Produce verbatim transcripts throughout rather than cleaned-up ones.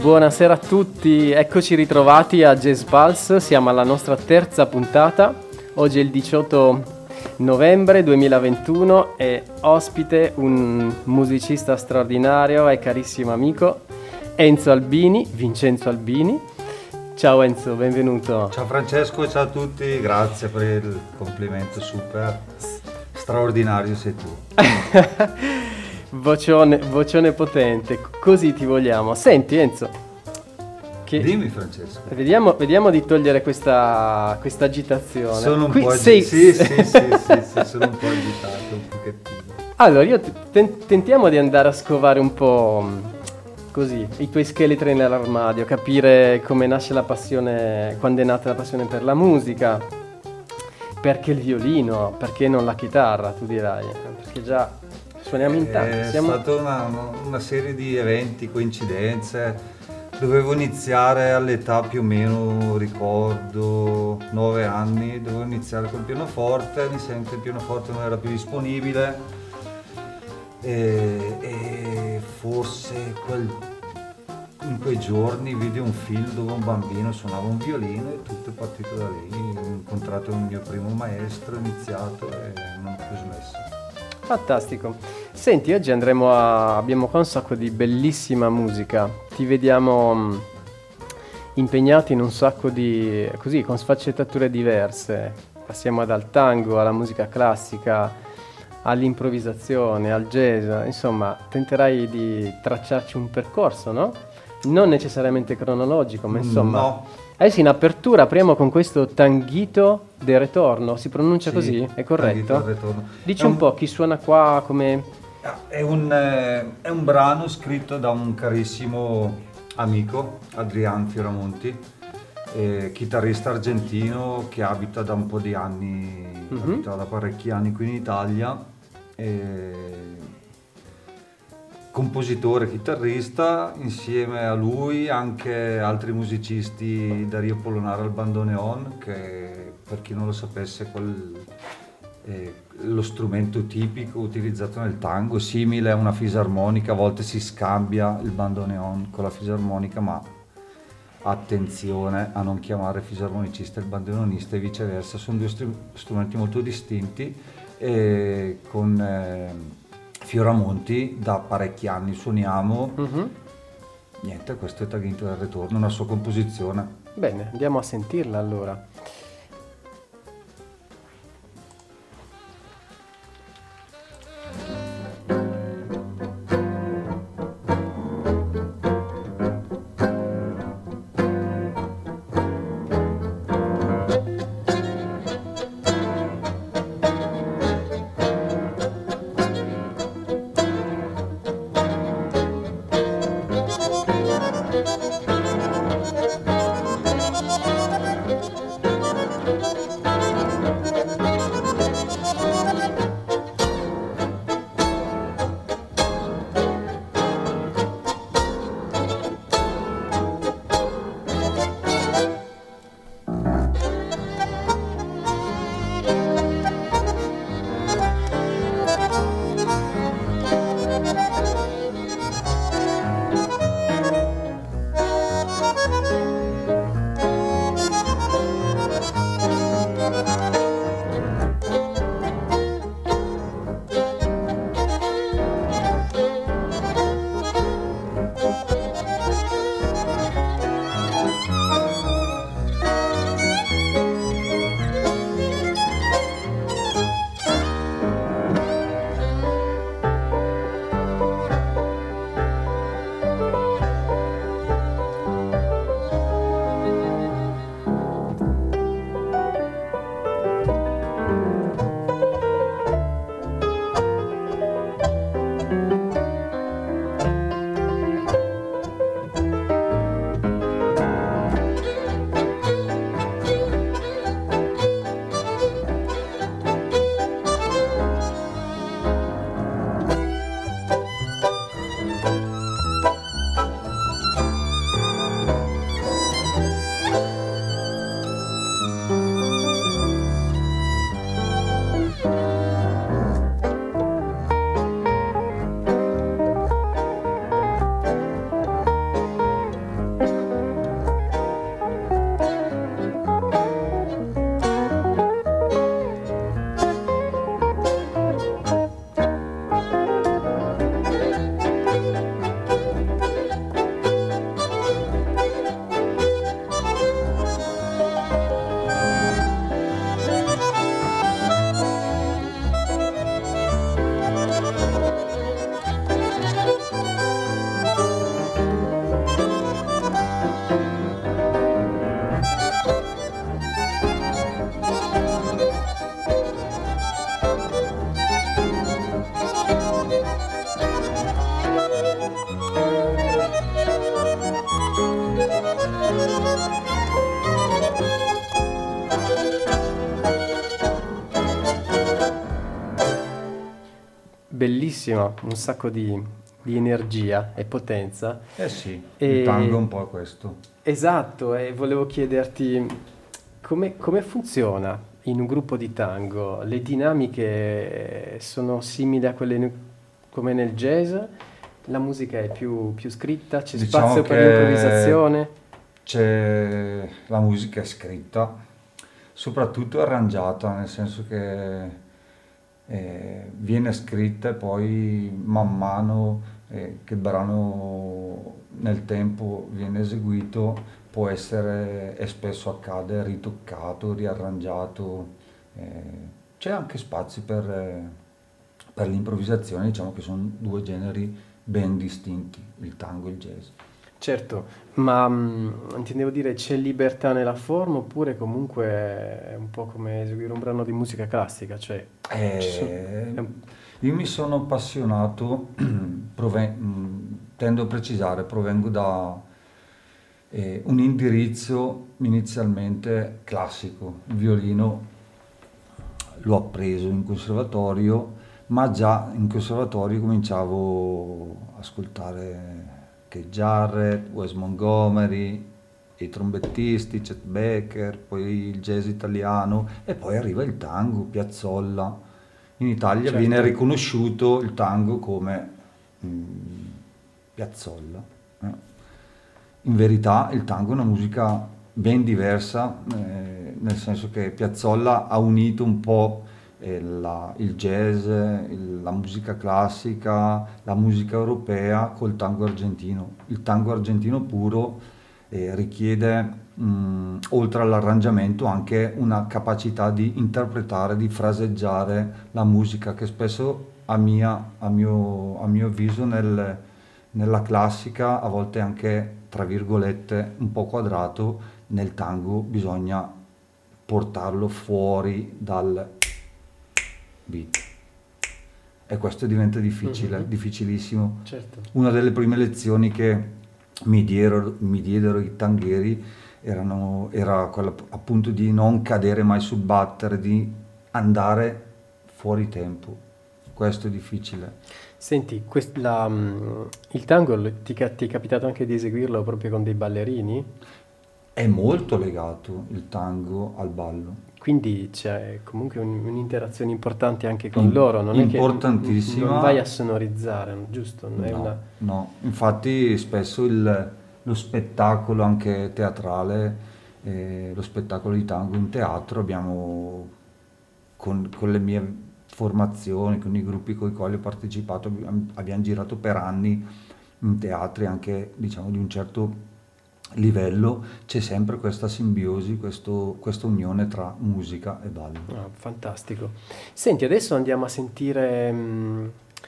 Buonasera a tutti, eccoci ritrovati a Jazz Pulse, siamo alla nostra terza puntata. Oggi è il diciotto novembre duemilaventuno e ospite un musicista straordinario e carissimo amico, Enzo Albini, Vincenzo Albini. Ciao Enzo, benvenuto. Ciao Francesco, ciao a tutti, grazie per il complimento, super straordinario sei tu. Vocione, vocione potente, così ti vogliamo. Senti Enzo, che dimmi Francesco. Vediamo, vediamo di togliere questa, questa agitazione. Sono un Qui po' sei... agitato, sì, sì, sì, sì, sì, sono un po' agitato, un pochettino. Allora, io t- tentiamo di andare a scovare un po' così i tuoi scheletri nell'armadio, capire come nasce la passione, quando è nata la passione per la musica, perché il violino, perché non la chitarra, tu dirai, perché già suoniamo in tanti. È Siamo... stata una, una serie di eventi, coincidenze. Dovevo iniziare all'età più o meno, ricordo, nove anni, dovevo iniziare col pianoforte, mi sembra che il pianoforte non era più disponibile e, e forse quel, in quei giorni vidi un film dove un bambino suonava un violino e tutto è partito da lì. Ho incontrato il mio primo maestro, ho iniziato e non ho più smesso. Fantastico. Senti, oggi andremo a... abbiamo qua un sacco di bellissima musica. Ti vediamo mh, impegnato in un sacco di... così, con sfaccettature diverse. Passiamo dal tango alla musica classica, all'improvvisazione, al jazz. Insomma, tenterai di tracciarci un percorso, no? Non necessariamente cronologico, ma insomma... No. Adesso in apertura apriamo con questo Tanguito de Retorno, si pronuncia Sì, così? È corretto? Tanguito de Retorno. Dici È un un... po' chi suona qua, come... È un, eh, è un brano scritto da un carissimo amico, Adrian Fioramonti, eh, chitarrista argentino che abita da un po' di anni, mm-hmm. abita da parecchi anni qui in Italia, eh, compositore, chitarrista, insieme a lui anche altri musicisti, Dario Polonara al bandoneon, che per chi non lo sapesse quel... Eh, lo strumento tipico utilizzato nel tango, simile a una fisarmonica, a volte si scambia il bandoneon con la fisarmonica, ma attenzione a non chiamare fisarmonicista il bandoneonista e viceversa, sono due str- strumenti molto distinti e con eh, Fioramonti da parecchi anni suoniamo. Mm-hmm. Niente, questo è Tanguito del Retorno, una sua composizione. Bene, andiamo a sentirla allora. bellissima, un sacco di, di energia e potenza. Eh sì, E- il tango è un po' questo. Esatto, e volevo chiederti come, come funziona in un gruppo di tango? Le dinamiche sono simili a quelle ne- come nel jazz? La musica è più, più scritta? C'è Diciamo spazio per che l'improvvisazione? c'è la musica è scritta, soprattutto arrangiata, nel senso che eh, viene scritta e poi man mano eh, che il brano nel tempo viene eseguito può essere, e spesso accade, ritoccato, riarrangiato. eh, C'è anche spazio per, eh, per l'improvvisazione, diciamo che sono due generi ben distinti, il tango e il jazz. Certo, ma mm, intendevo dire c'è libertà nella forma oppure comunque è un po' come eseguire un brano di musica classica, cioè ci sono... Eh, è un- io mi sono appassionato, proven- mh, tendo a precisare, provengo da eh, un indirizzo inizialmente classico. Il violino l'ho appreso in conservatorio, ma già in conservatorio cominciavo a ascoltare Keith Jarrett, Wes Montgomery, i trombettisti, Chet Baker, poi il jazz italiano e poi arriva il tango, Piazzolla. In Italia viene certo. riconosciuto il tango come mm, Piazzolla. eh. In verità il tango è una musica ben diversa, eh, nel senso che Piazzolla ha unito un po' eh, la- il jazz, il- la musica classica, la musica europea col tango argentino. Il tango argentino puro eh, richiede, mh, oltre all'arrangiamento, anche una capacità di interpretare, di fraseggiare la musica, che spesso a, mia- a mio, a mio avviso nel- nella classica, a volte anche, tra virgolette, un po' quadrato, nel tango bisogna portarlo fuori dal beat. E questo diventa difficile, Mhm. difficilissimo. Certo. Una delle prime lezioni che mi diedero, mi diedero i tangheri erano, era quella appunto di non cadere mai sul battere, di andare fuori tempo. Questo è difficile. Senti, quest- la, mm, il tango lo- ti, ca- ti è capitato anche di eseguirlo proprio con dei ballerini? È molto legato il tango al ballo. Quindi c'è comunque un- un'interazione importante anche con In- loro, non è che n- n- non vai a importantissima. sonorizzare, giusto? Non è una... No, no, infatti spesso il- lo spettacolo anche teatrale, eh, lo spettacolo di tango in teatro abbiamo, con, con le mie formazioni, con i gruppi con i quali ho partecipato, abbiamo, abbiamo girato per anni in teatri anche diciamo di un certo livello, c'è sempre questa simbiosi, questo- questa unione tra musica e ballo. Ah, fantastico. Senti, adesso andiamo a sentire mm,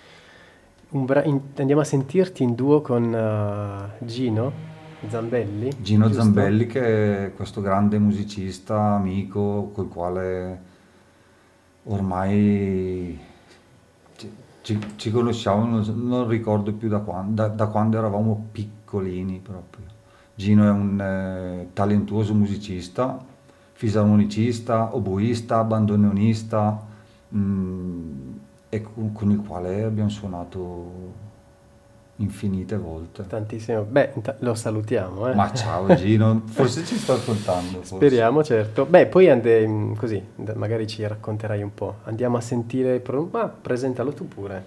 un bra- in- andiamo a sentirti in duo con eh, Gino Zambelli, Gino giusto? Zambelli, che è questo grande musicista, amico, col quale ormai ci, ci- ci conosciamo, non, non ricordo più da quando, da, da quando eravamo piccolini proprio. Gino è un eh, talentuoso musicista, fisarmonicista, oboista, bandoneonista, mm, e con, con il quale abbiamo suonato infinite volte. Tantissimo. Beh, inta- lo salutiamo, eh. Ma ciao Gino, forse ci sta ascoltando, forse. Speriamo, certo. Beh, poi ande- mm, così, d- magari ci racconterai un po'. Andiamo a sentire, pro- ma presentalo tu pure.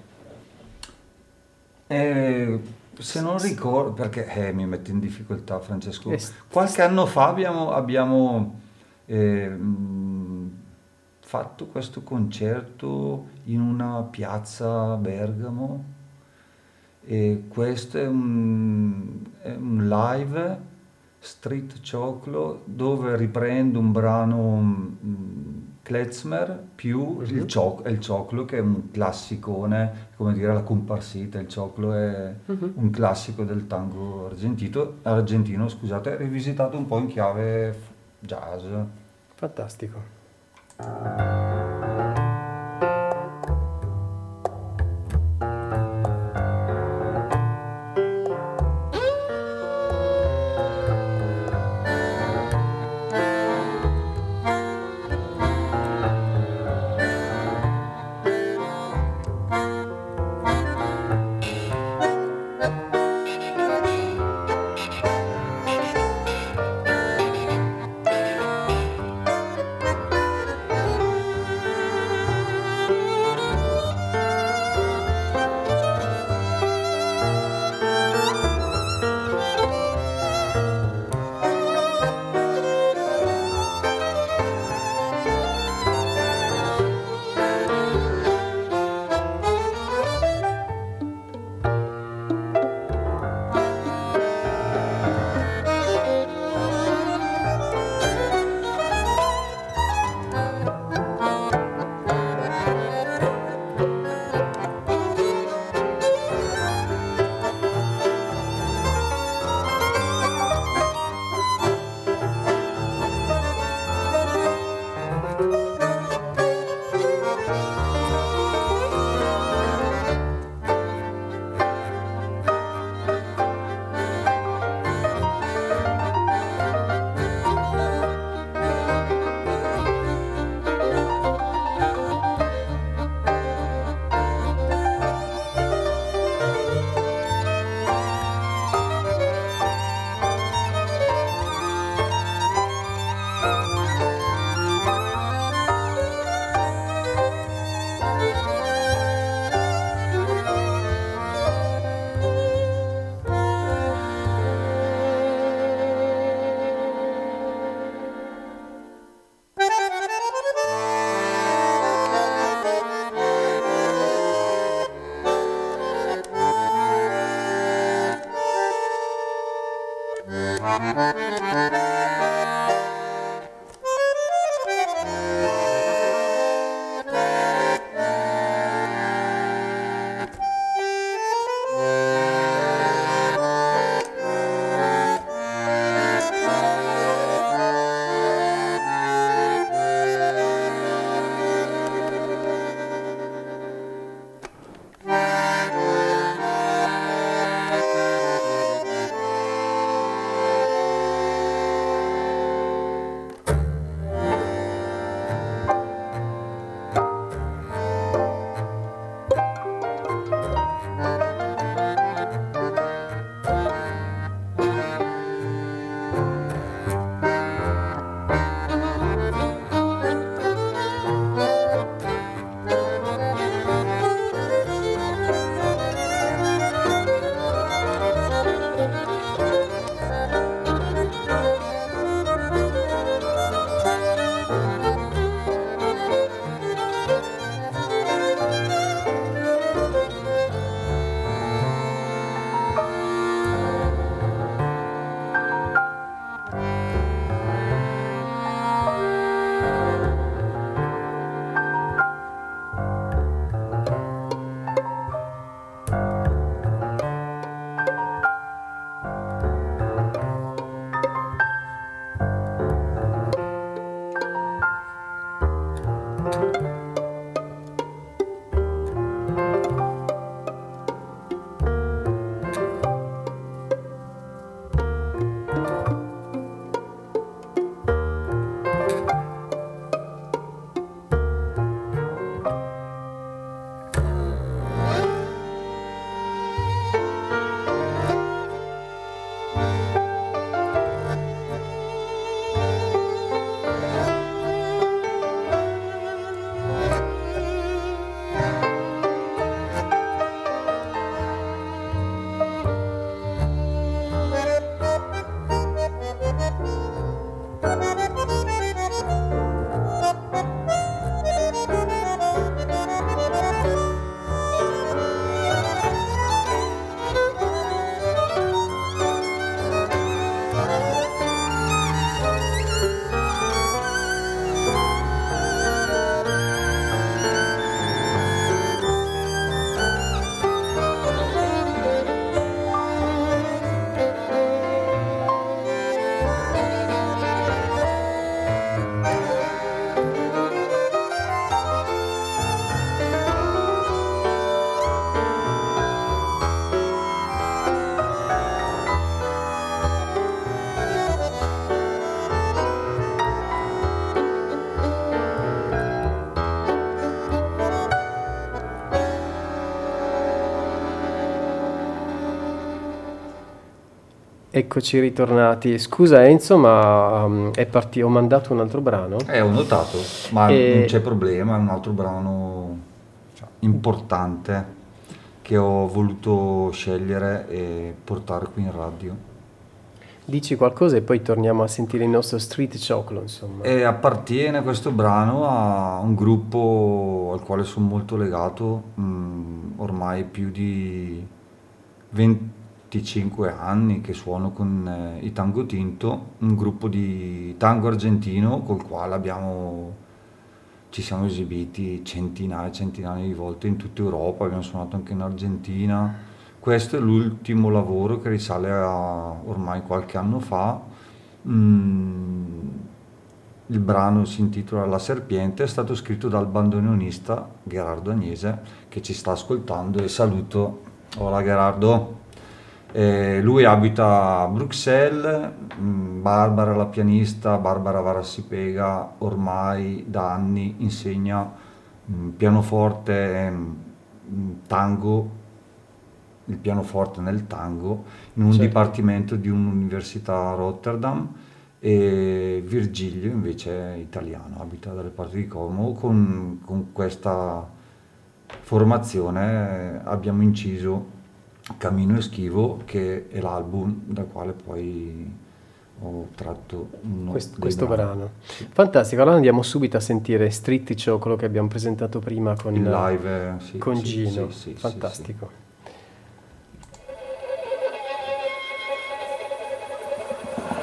Eh, se non ricordo, perché eh, mi mette in difficoltà Francesco, Eh, s- qualche anno fa abbiamo, abbiamo eh, mh, fatto questo concerto in una piazza a Bergamo e questo è un, è un live Street Cioclo dove riprendo un brano mh, klezmer più il, Mhm. cio- il cioclo che è un classicone, come dire la comparsita, il cioclo è Mhm. un classico del tango argentino, argentino, scusate, rivisitato un po' in chiave f- jazz. Fantastico. Eccoci ritornati. Scusa Enzo, ma um, è partito, ho mandato un altro brano. Eh, ho notato, ma E- non c'è problema, è un altro brano cioè, importante che ho voluto scegliere e portare qui in radio. Dici qualcosa e poi torniamo a sentire il nostro Street Chocolo, insomma. E appartiene questo brano a un gruppo al quale sono molto legato, mh, ormai più di venticinque anni che suono con eh, i Tango Tinto, un gruppo di tango argentino col quale abbiamo, ci siamo esibiti centinaia e centinaia di volte in tutta Europa, abbiamo suonato anche in Argentina. Questo è l'ultimo lavoro che risale a ormai qualche anno fa. Mm, il brano si intitola La Serpiente, è stato scritto dal bandoneonista Gerardo Agnese che ci sta ascoltando e saluto. Hola Gerardo. Eh, lui abita a Bruxelles, mm, Barbara la pianista, Barbara Varassipega, ormai da anni insegna mm, pianoforte e mm, tango, il pianoforte nel tango, in un Certo. dipartimento di un'università a Rotterdam, e Virgilio invece è italiano, abita dalle parti di Como. Con, con questa formazione eh, abbiamo inciso Cammino e Schivo, che è l'album dal quale poi ho tratto uno Quest- dei questo brani. brano. Fantastico, allora andiamo subito a sentire Street Chocolo che abbiamo presentato prima con, Il live, eh, sì, con sì, Gino. sì, sì, sì, Fantastico.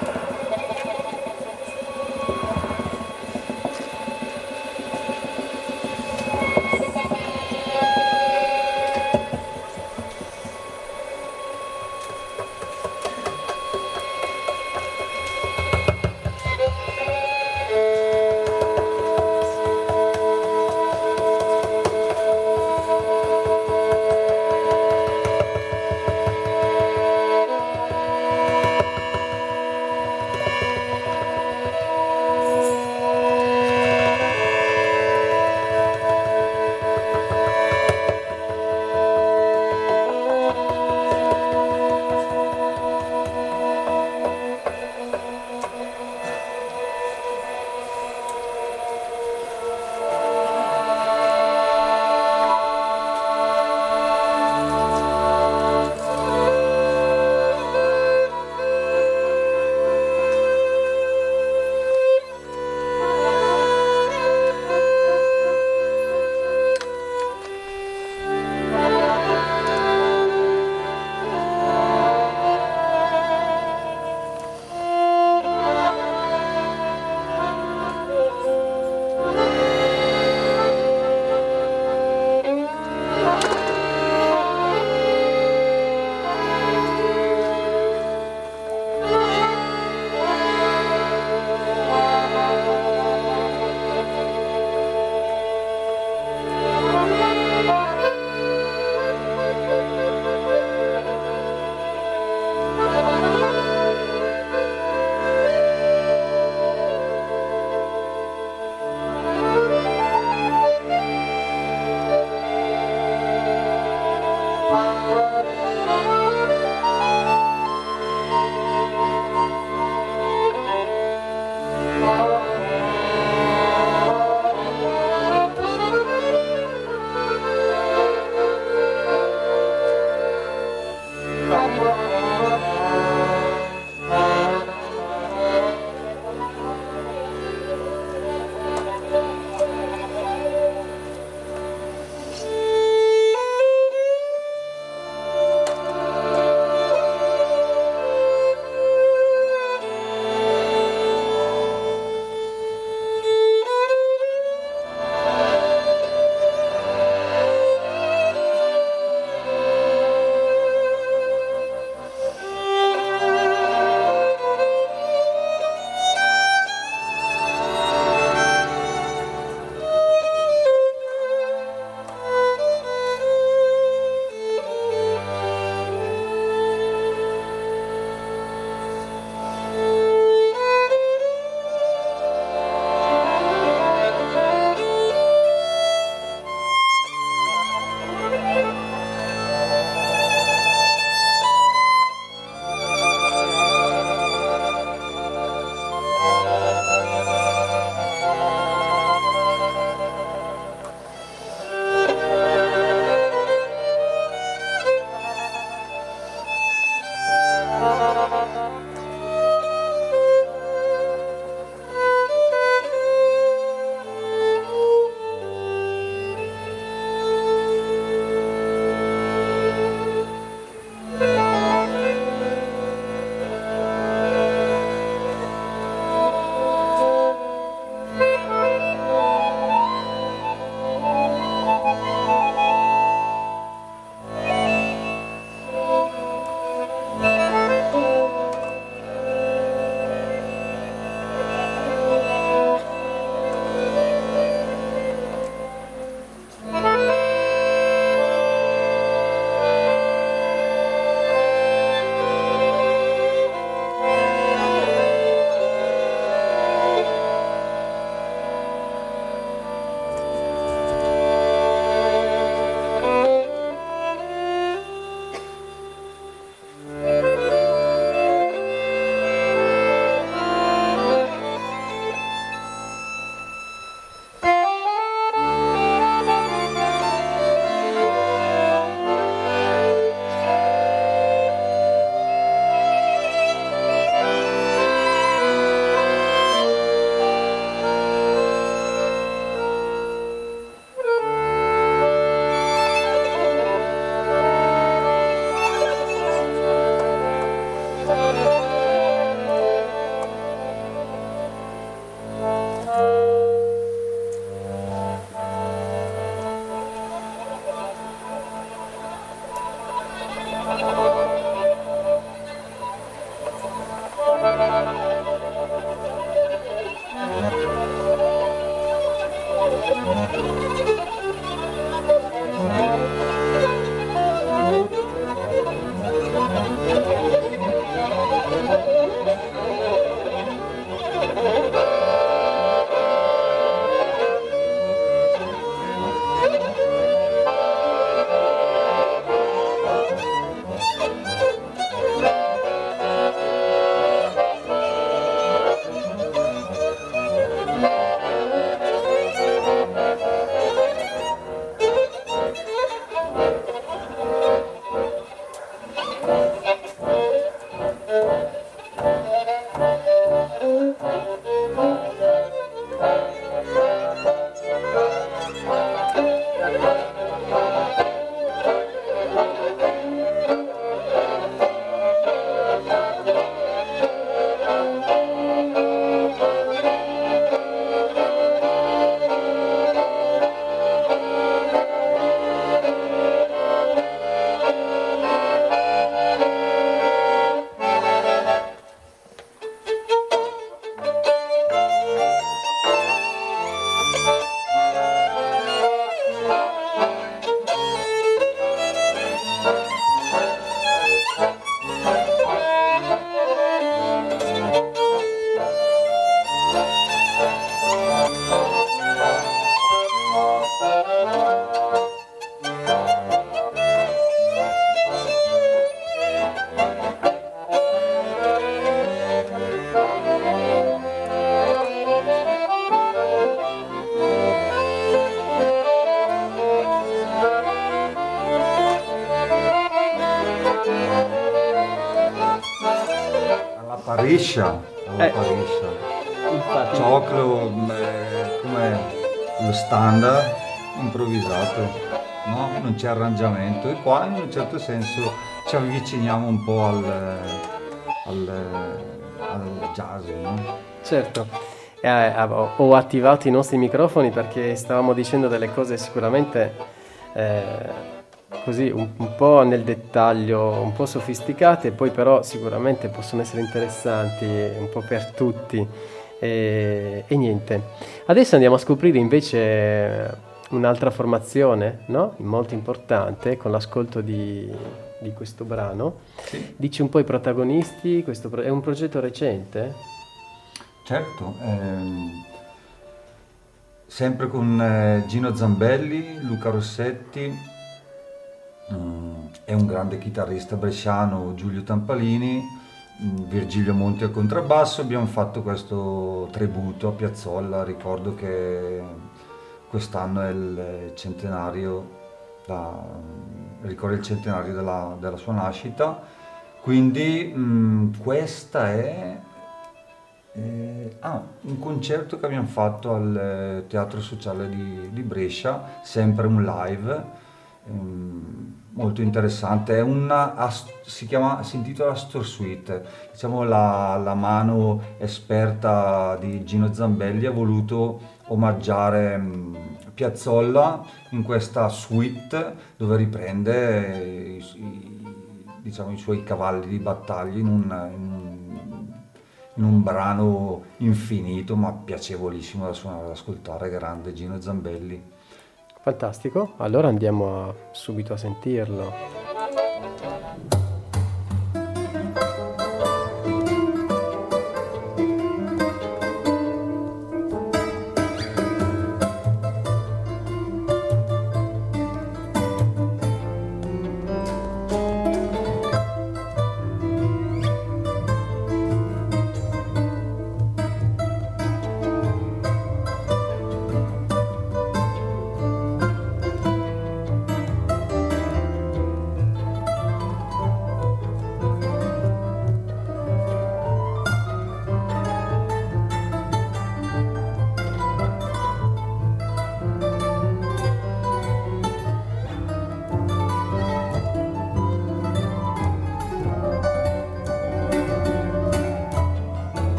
Pariscia, alla Eh. Pariscia. Infatti, Cioclo eh, come lo standard improvvisato, no? Non c'è arrangiamento e qua in un certo senso ci avviciniamo un po' al, al, al jazz, no? certo. Eh, avevo- ho attivato i nostri microfoni perché stavamo dicendo delle cose sicuramente eh, così un, un po' nel dettaglio, un po' sofisticate, poi però sicuramente possono essere interessanti un po' per tutti. E, e niente. Adesso andiamo a scoprire invece un'altra formazione, no? Molto importante, con l'ascolto di, di questo brano. Sì. Dici un po' i protagonisti, questo pro- è un progetto recente? Certo, ehm, sempre con eh, Gino Zambelli, Luca Rossetti, mm, è un grande chitarrista bresciano, Giulio Tampalini, mm, Virgilio Monti al contrabbasso. Abbiamo fatto questo tributo a Piazzolla. Ricordo che quest'anno è il centenario, da, ricorre il centenario della, della sua nascita, quindi mm, questa è eh, ah, un concerto che abbiamo fatto al eh, Teatro Sociale di, di Brescia, sempre un live, ehm, molto interessante. È una, as- si chiama, si intitola Astor Suite, diciamo la, la mano esperta di Gino Zambelli ha voluto omaggiare mh, Piazzolla in questa suite dove riprende i, i- diciamo, i suoi cavalli di battaglia in un, in un in un brano infinito ma piacevolissimo da suonare, da ascoltare. Grande Gino Zambelli. Fantastico, allora andiamo a- subito a sentirlo.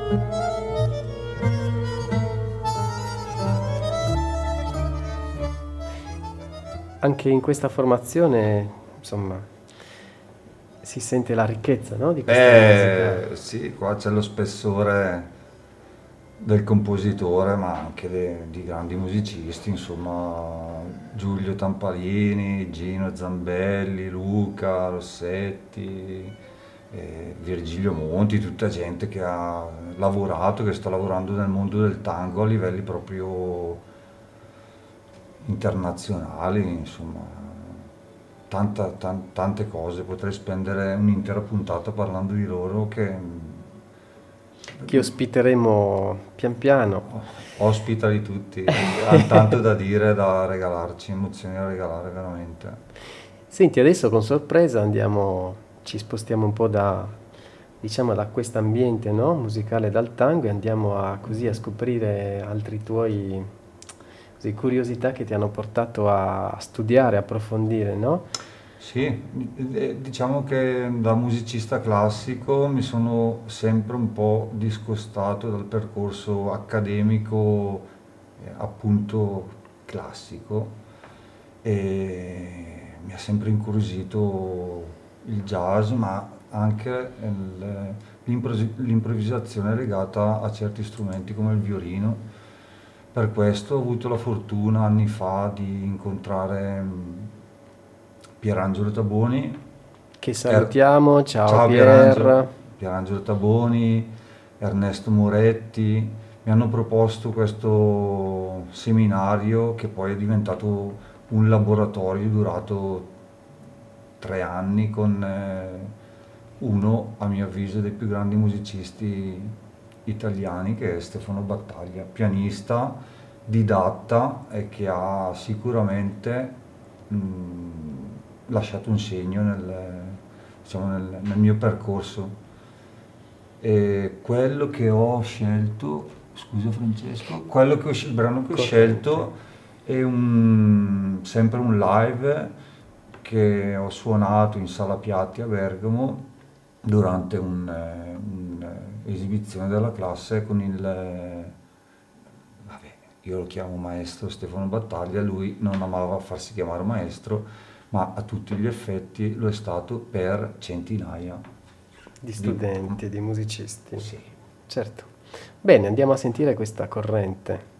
Anche in questa formazione, insomma, si sente la ricchezza, no, di questa musica. Eh, sì, qua c'è lo spessore del compositore, ma anche de- di grandi musicisti, insomma, Giulio Tampalini, Gino Zambelli, Luca Rossetti, eh, Virgilio Monti, tutta gente che ha lavorato, che sta lavorando nel mondo del tango a livelli proprio internazionali, insomma, tanta- tan- tante cose, potrei spendere un'intera puntata parlando di loro che Che ospiteremo pian piano. ospita di tutti, hanno tanto da dire, da regalarci, emozioni da regalare veramente. Senti, adesso con sorpresa andiamo, ci spostiamo un po' da, diciamo, da quest'ambiente, no, musicale dal tango e andiamo a, così, a scoprire altri tuoi, così, curiosità che ti hanno portato a studiare, approfondire, no? Sì, eh, diciamo che da musicista classico mi sono sempre un po' discostato dal percorso accademico, eh, appunto classico, e mi ha sempre incuriosito il jazz, ma anche il- l'improvvis- l'improvvisazione legata a certi strumenti come il violino. Per questo ho avuto la fortuna anni fa di incontrare mm, Pierangelo Taboni. Che Er- salutiamo, ciao Ciao Pierangelo, Pier. Pierangelo Taboni, Ernesto Moretti, mi hanno proposto questo seminario che poi è diventato un laboratorio durato tre anni con eh, uno, a mio avviso, dei più grandi musicisti italiani, che è Stefano Battaglia, pianista, didatta e che ha sicuramente mh, lasciato un segno nel, diciamo, nel, nel mio percorso. E quello che ho scelto, scusa Francesco, quello che ho, scel- il brano che ho scelto è un, sempre un live che ho suonato in Sala Piatti a Bergamo durante un'esibizione della classe con il, eh, vabbè, io lo chiamo maestro Stefano Battaglia, lui non amava farsi chiamare maestro, ma a tutti gli effetti lo è stato per centinaia Di di... studenti, di musicisti. Sì. Certo. Bene, andiamo a sentire questa corrente.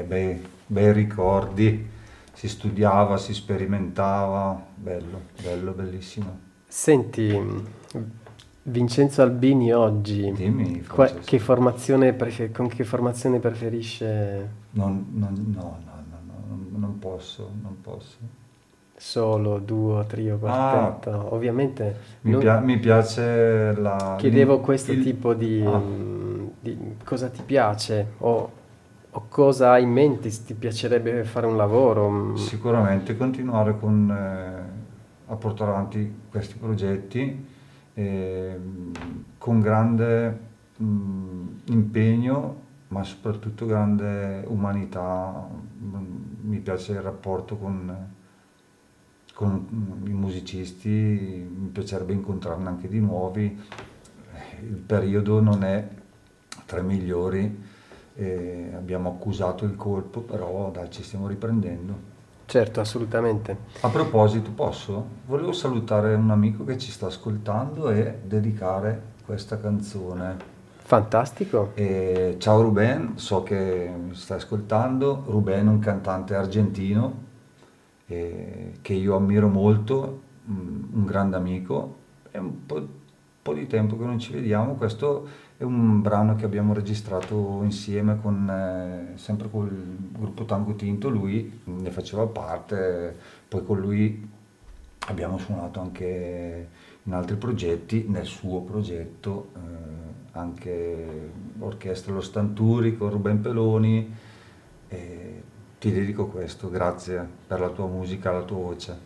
bei, bei ricordi, si studiava, si sperimentava, bello, bello, bellissimo. Senti, Vincenzo Albini oggi, Dimmi, qua- Francesco. che formazione prefe- con che formazione preferisce Non, non, no, no, no, no, non, non posso, non posso. solo, duo, trio, quartetto? Ovviamente Mi, non- pia- mi piace la... chiedevo questo il- tipo di, Ah. mm, di cosa ti piace o, o cosa hai in mente, se ti piacerebbe fare un lavoro. mm. Sicuramente continuare con, eh, a portare avanti questi progetti ehm, con grande mm, impegno, ma soprattutto grande umanità. Mm, Mi piace il rapporto con, con mm, i musicisti, mi piacerebbe incontrarne anche di nuovi. Il periodo non è tra i migliori, eh, abbiamo accusato il colpo, però dai, ci stiamo riprendendo. Certo, assolutamente. A proposito, posso? Volevo salutare un amico che ci sta ascoltando e dedicare questa canzone. Fantastico. E ciao Ruben, so che mi stai ascoltando. Ruben è un cantante argentino eh, che io ammiro molto, mm, un grande amico. È un po', po' di tempo che non ci vediamo. Questo è un brano che abbiamo registrato insieme con, eh, sempre col gruppo Tango Tinto, lui ne faceva parte, poi con lui abbiamo suonato anche in altri progetti, nel suo progetto, eh, anche Orchestra Lo Stanturi con Ruben Peloni. E ti dedico questo, grazie per la tua musica, la tua voce.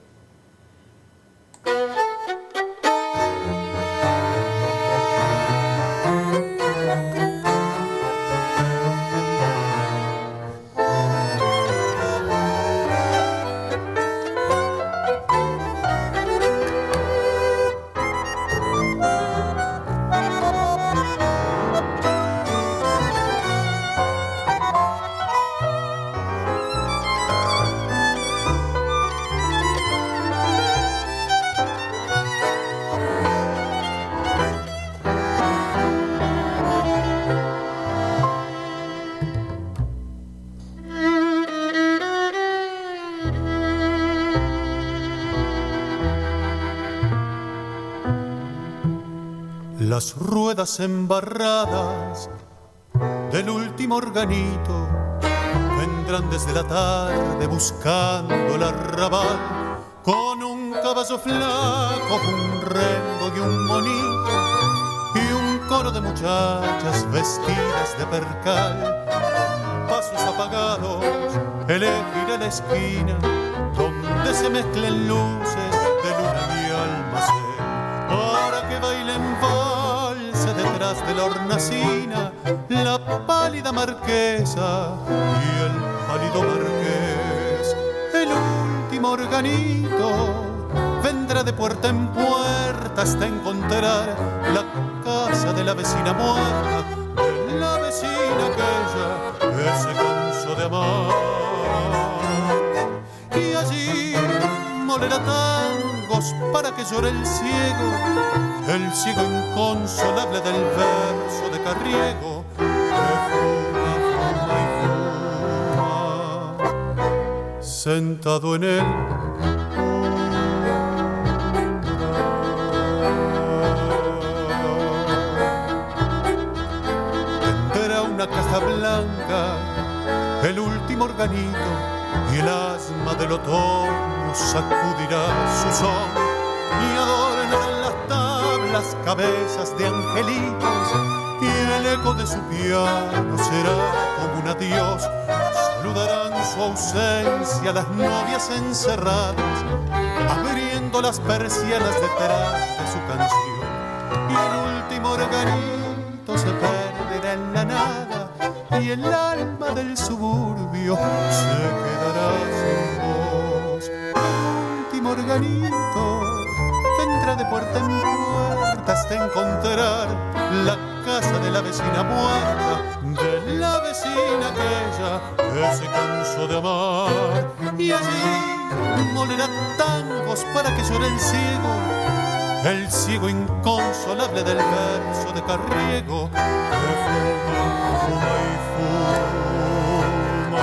Las ruedas embarradas del último organito vendrán desde la tarde buscando el arrabal con un caballo flaco, un rengo y un monito y un coro de muchachas vestidas de percal. Con pasos apagados elegiré la esquina donde se mezclen luces de luna y almacén para que bailen valse detrás de la hornacina la pálida marquesa y el pálido marqués. El último organito vendrá de puerta en puerta hasta encontrar la casa de la vecina muerta, de la vecina aquella que se cansó de amar. Y allí molerá tangos para que llore el ciego, el ciego inconsolable del verso de Carriego, que fuma, fuma y fuma, sentado en el tendrá una caja blanca, el último organito, y el asma del otoño sacudirá su son y adornarán las tablas cabezas de angelitos y el eco de su piano será como un adiós. Saludarán su ausencia las novias encerradas abriendo las persianas detrás de su canción y el último organito se perderá en la nada y el alma del suburbio se quedará sin voz. El último organito vendrá de puerta en puerta hasta encontrar la casa de la vecina muerta, de la vecina aquella que se cansó de amar. Y allí molerá tangos para que llore el ciego, el ciego inconsolable del verso de Carriego, que fuma, fuma y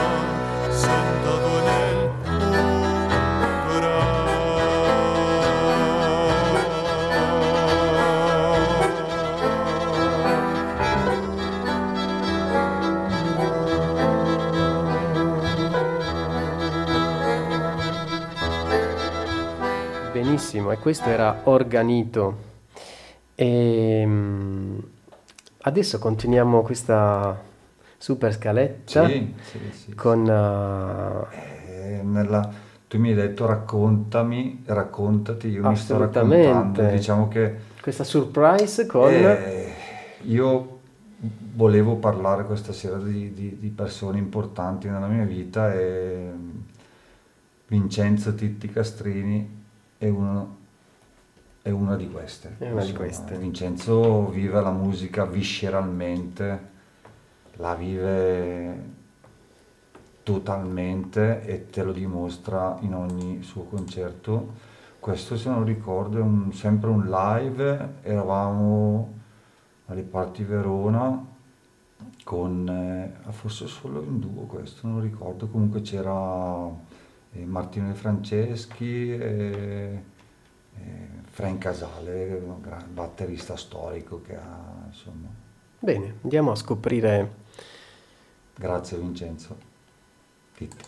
benissimo, e questo era Organito. E adesso continuiamo questa super scaletta Sì, sì, sì. con uh, Eh, nella- tu mi hai detto raccontami, raccontati, io mi sto assolutamente raccontando. Diciamo che questa surprise con eh, io volevo parlare questa sera di, di- di persone importanti nella mia vita e Vincenzo Titti Castrini è uno è una di queste. È una di Insomma, queste. Vincenzo vive la musica visceralmente, la vive totalmente e te lo dimostra in ogni suo concerto. Questo, se non ricordo, è un- sempre un live. Eravamo alle parti Verona con, eh, forse solo in duo questo, non ricordo. Comunque c'era eh, Martino De Franceschi e, e Frank Casale, un gran batterista storico che ha, insomma. Bene, andiamo a scoprire. Grazie Vincenzo. Titti.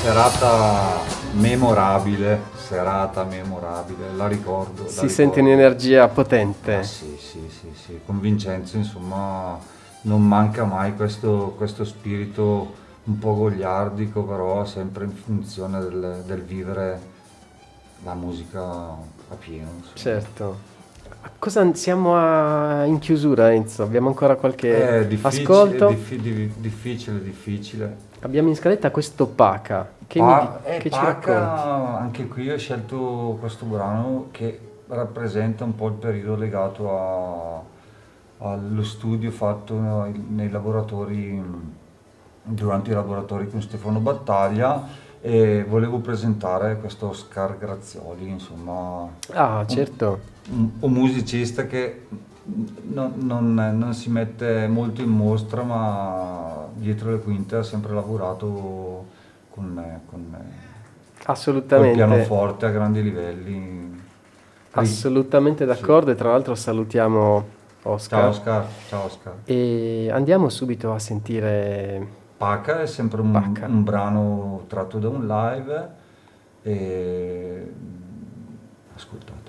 serata memorabile, serata memorabile, la ricordo. La Si ricordo. sente un'energia potente. Ah, sì, sì, sì, sì, con Vincenzo insomma non manca mai questo, questo spirito un po' goliardico, però sempre in funzione del, del vivere la musica a pieno. Insomma. Certo. Cosa siamo a... in chiusura, Enzo? Abbiamo ancora qualche È difficile, ascolto? diffi- di- difficile, difficile. Abbiamo in scaletta questo Paca. Che, mi Pa- di- eh, che ci Paca, racconti? anche qui ho scelto questo brano che rappresenta un po' il periodo legato a- allo studio fatto nei, nei laboratori, durante i laboratori con Stefano Battaglia, e volevo presentare questo Oscar Grazioli, insomma, Ah, certo. un, un musicista che non, non- non si mette molto in mostra, ma dietro le quinte ha sempre lavorato con me, con me, col Assolutamente. pianoforte a grandi livelli. Assolutamente d'accordo, e tra l'altro salutiamo Oscar. Ciao Oscar, ciao Oscar. E andiamo subito a sentire Paca è sempre un, Paca. un brano tratto da un live e ascoltate.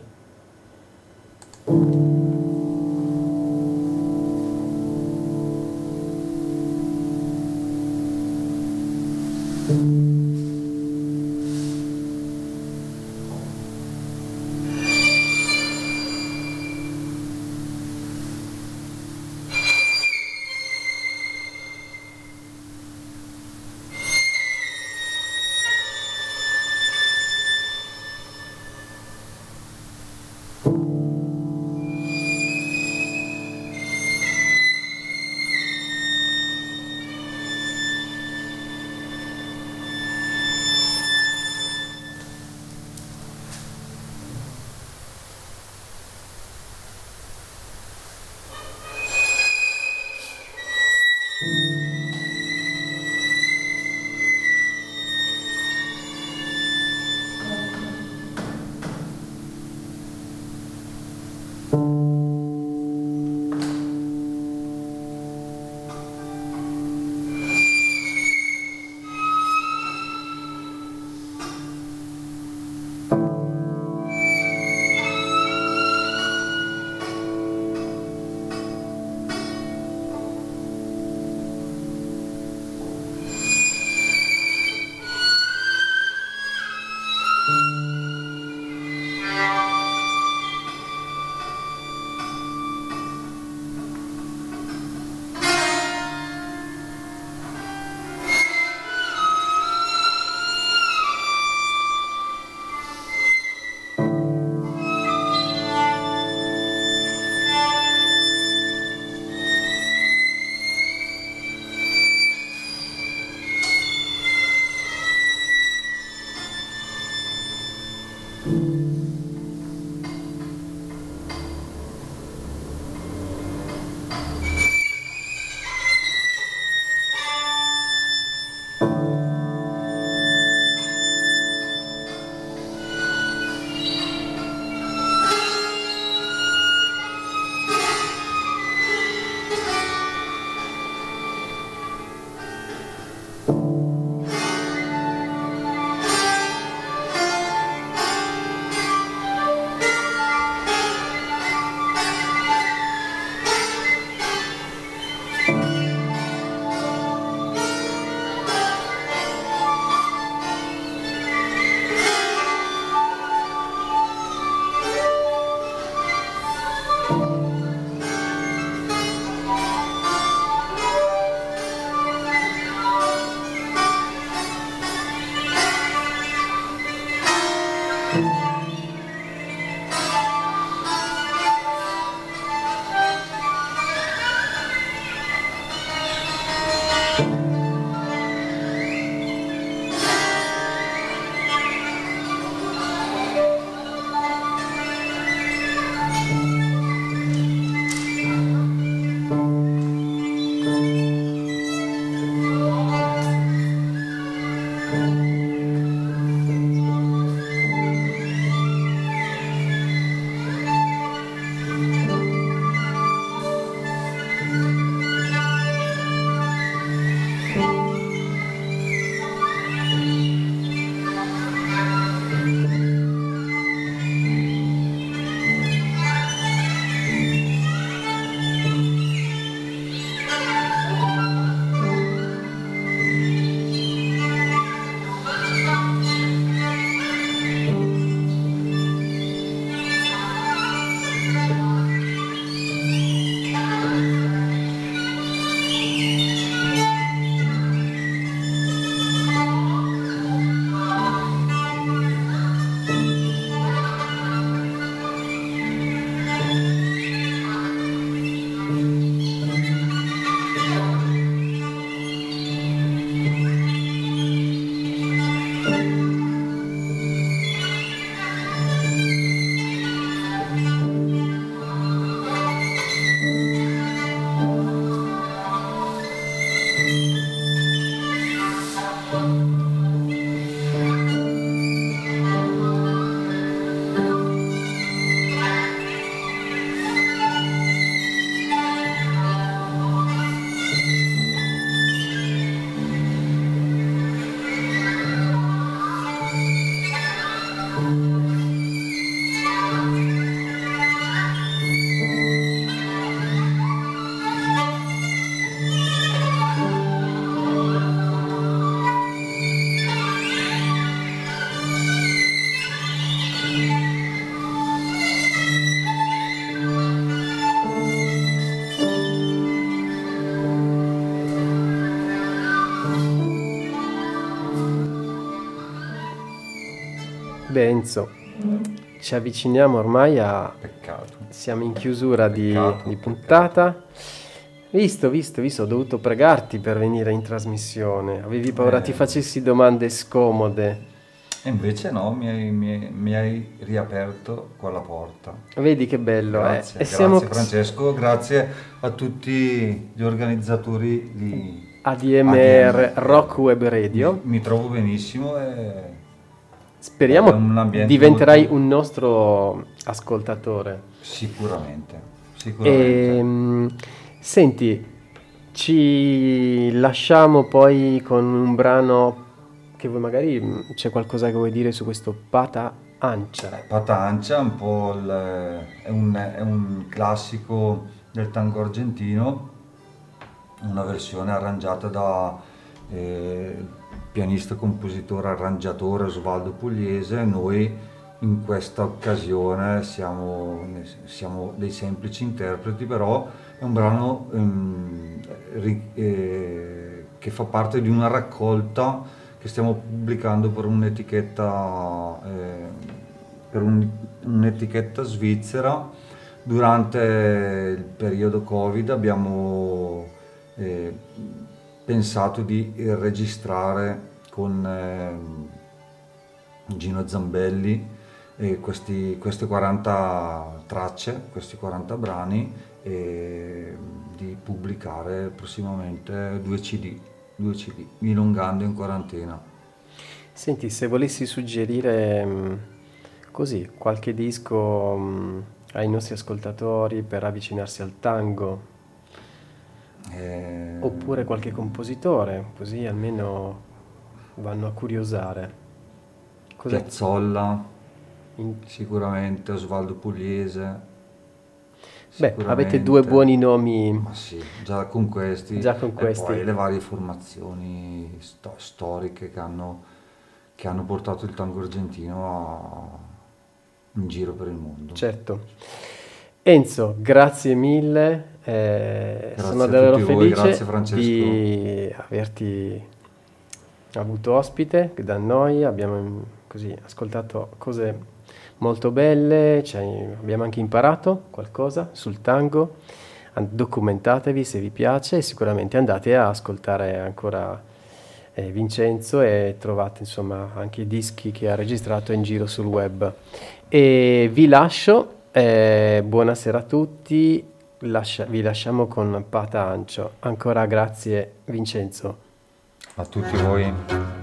Beh, Enzo, ci avviciniamo ormai a... Peccato. Siamo in chiusura di, Peccato, di peccato. puntata. Visto, visto, visto, ho dovuto pregarti per venire in trasmissione. Avevi paura Eh. ti facessi domande scomode. E invece no, mi hai, mi hai- mi hai riaperto quella porta. Vedi che bello, Grazie, eh? E grazie siamo Francesco, grazie a tutti gli organizzatori di A D M R A D M R. Rock Web Radio. Mi, mi trovo benissimo e Speriamo è un ambiente diventerai molto- un nostro ascoltatore. sicuramente, sicuramente. Ehm, senti, ci lasciamo poi con un brano che vuoi magari mh, c'è qualcosa che vuoi dire su questo Pata Ancia. Patancia è un po' il, è un, è un classico del tango argentino, una versione arrangiata da eh, pianista, compositore, arrangiatore Osvaldo Pugliese. Noi in questa occasione siamo, siamo dei semplici interpreti, però è un brano ehm, ri- eh, che fa parte di una raccolta che stiamo pubblicando per un'etichetta, eh, per un- un'etichetta svizzera. Durante il periodo Covid abbiamo eh, pensato di registrare con ehm, Gino Zambelli eh, questi, queste quaranta tracce, questi quaranta brani, e di pubblicare prossimamente due C D, due C D, Milongando in quarantena. Senti, se volessi suggerire mh, così qualche disco mh, ai nostri ascoltatori per avvicinarsi al tango, Eh, oppure qualche compositore, così almeno vanno a curiosare. Cos'è? Piazzolla, In- sicuramente Osvaldo Pugliese. Beh, sicuramente. avete due buoni nomi. Ma sì, già con questi, Già con e questi. poi le varie formazioni sto- storiche che hanno, che hanno portato il tango argentino a- in giro per il mondo. Certo. Enzo, grazie mille, eh, Grazie sono a davvero tutti voi, felice grazie Francesco. di averti avuto ospite da noi, abbiamo mm, così ascoltato cose molto belle, cioè, abbiamo anche imparato qualcosa sul tango. An- documentatevi se vi piace e sicuramente andate a ascoltare ancora eh, Vincenzo e trovate insomma anche i dischi che ha registrato in giro sul web. E vi lascio, eh, buonasera a tutti, lascia- vi lasciamo con Pata Ancio. Ancora grazie Vincenzo. A tutti voi.